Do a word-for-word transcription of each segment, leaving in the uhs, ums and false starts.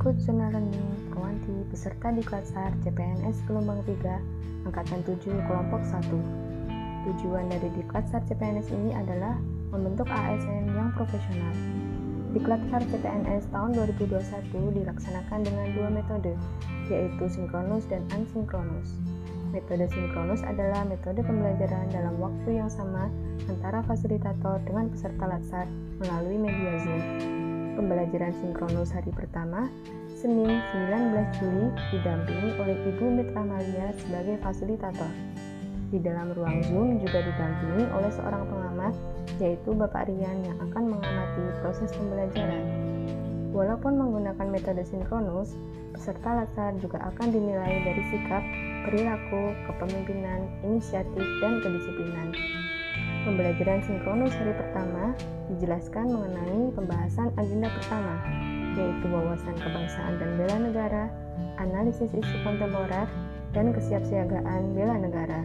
Ikut Zona Learning Perwanti peserta Diklat S A R C P N S Gelombang tiga Angkatan tujuh Kelompok satu. Tujuan dari Diklat S A R C P N S ini adalah membentuk A S N yang profesional. Diklat S A R C P N S tahun dua ribu dua puluh satu dilaksanakan dengan dua metode, yaitu sinkronus dan asinkronus. Metode sinkronus adalah metode pembelajaran dalam waktu yang sama antara fasilitator dengan peserta latsar melalui media Zoom. Pembelajaran sinkronus hari pertama, Senin sembilan belas Juli, didampingi oleh Ibu Mitra Malia sebagai fasilitator. Di dalam ruang Zoom juga didampingi oleh seorang pengamat, yaitu Bapak Rian yang akan mengamati proses pembelajaran. Walaupun menggunakan metode sinkronus, peserta latsar juga akan dinilai dari sikap, perilaku, kepemimpinan, inisiatif, dan kedisiplinan. Pembelajaran sinkronus hari pertama dijelaskan mengenai pembahasan agenda pertama, yaitu wawasan kebangsaan dan bela negara, analisis isu kontemporer, dan kesiapsiagaan bela negara.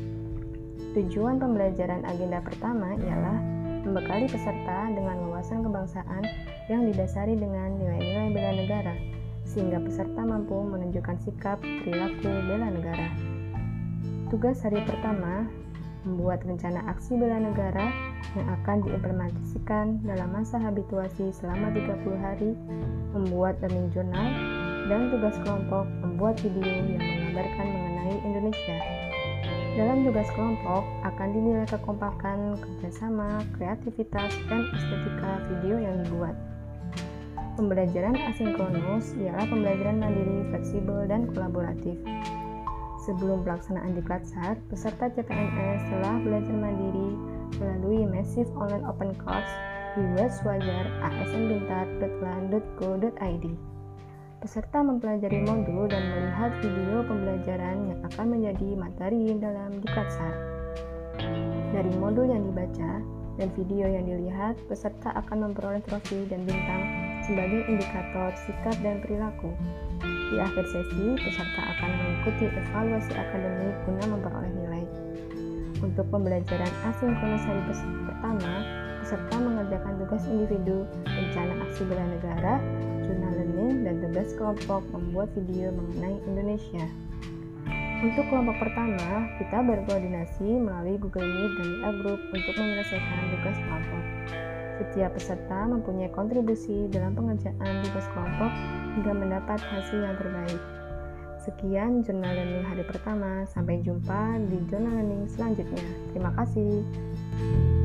Tujuan pembelajaran agenda pertama ialah membekali peserta dengan wawasan kebangsaan yang didasari dengan nilai-nilai bela negara, sehingga peserta mampu menunjukkan sikap perilaku bela negara. Tugas hari pertama membuat rencana aksi bela negara yang akan diimplementasikan dalam masa habituasi selama tiga puluh hari, membuat learning journal, dan tugas kelompok membuat video yang menggambarkan mengenai Indonesia. Dalam tugas kelompok akan dinilai kekompakan, kerjasama, kreativitas, dan estetika video yang dibuat. Pembelajaran asinkronus ialah pembelajaran mandiri, fleksibel, dan kolaboratif. Sebelum pelaksanaan Diklat S A R, peserta C P N S telah belajar mandiri melalui Massive Online Open Course di web Swajar a s n bintar dot lan dot go dot i d. Peserta mempelajari modul dan melihat video pembelajaran yang akan menjadi materi dalam Diklat S A R. Dari modul yang dibaca dan video yang dilihat, peserta akan memperoleh trofi dan bintang sebagai indikator sikap dan perilaku. Di akhir sesi, peserta akan mengikuti evaluasi akademik guna memperoleh nilai. Untuk pembelajaran asinkronus hari pertama, peserta mengerjakan tugas individu, rencana aksi bela negara, jurnal learning, dan tugas kelompok membuat video mengenai Indonesia. Untuk kelompok pertama, kita berkoordinasi melalui Google Meet dan W A Group untuk menyelesaikan tugas kelompok. Setiap peserta mempunyai kontribusi dalam pengerjaan tugas kelompok hingga mendapat hasil yang terbaik. Sekian jurnal learning hari pertama, sampai jumpa di jurnal learning selanjutnya. Terima kasih.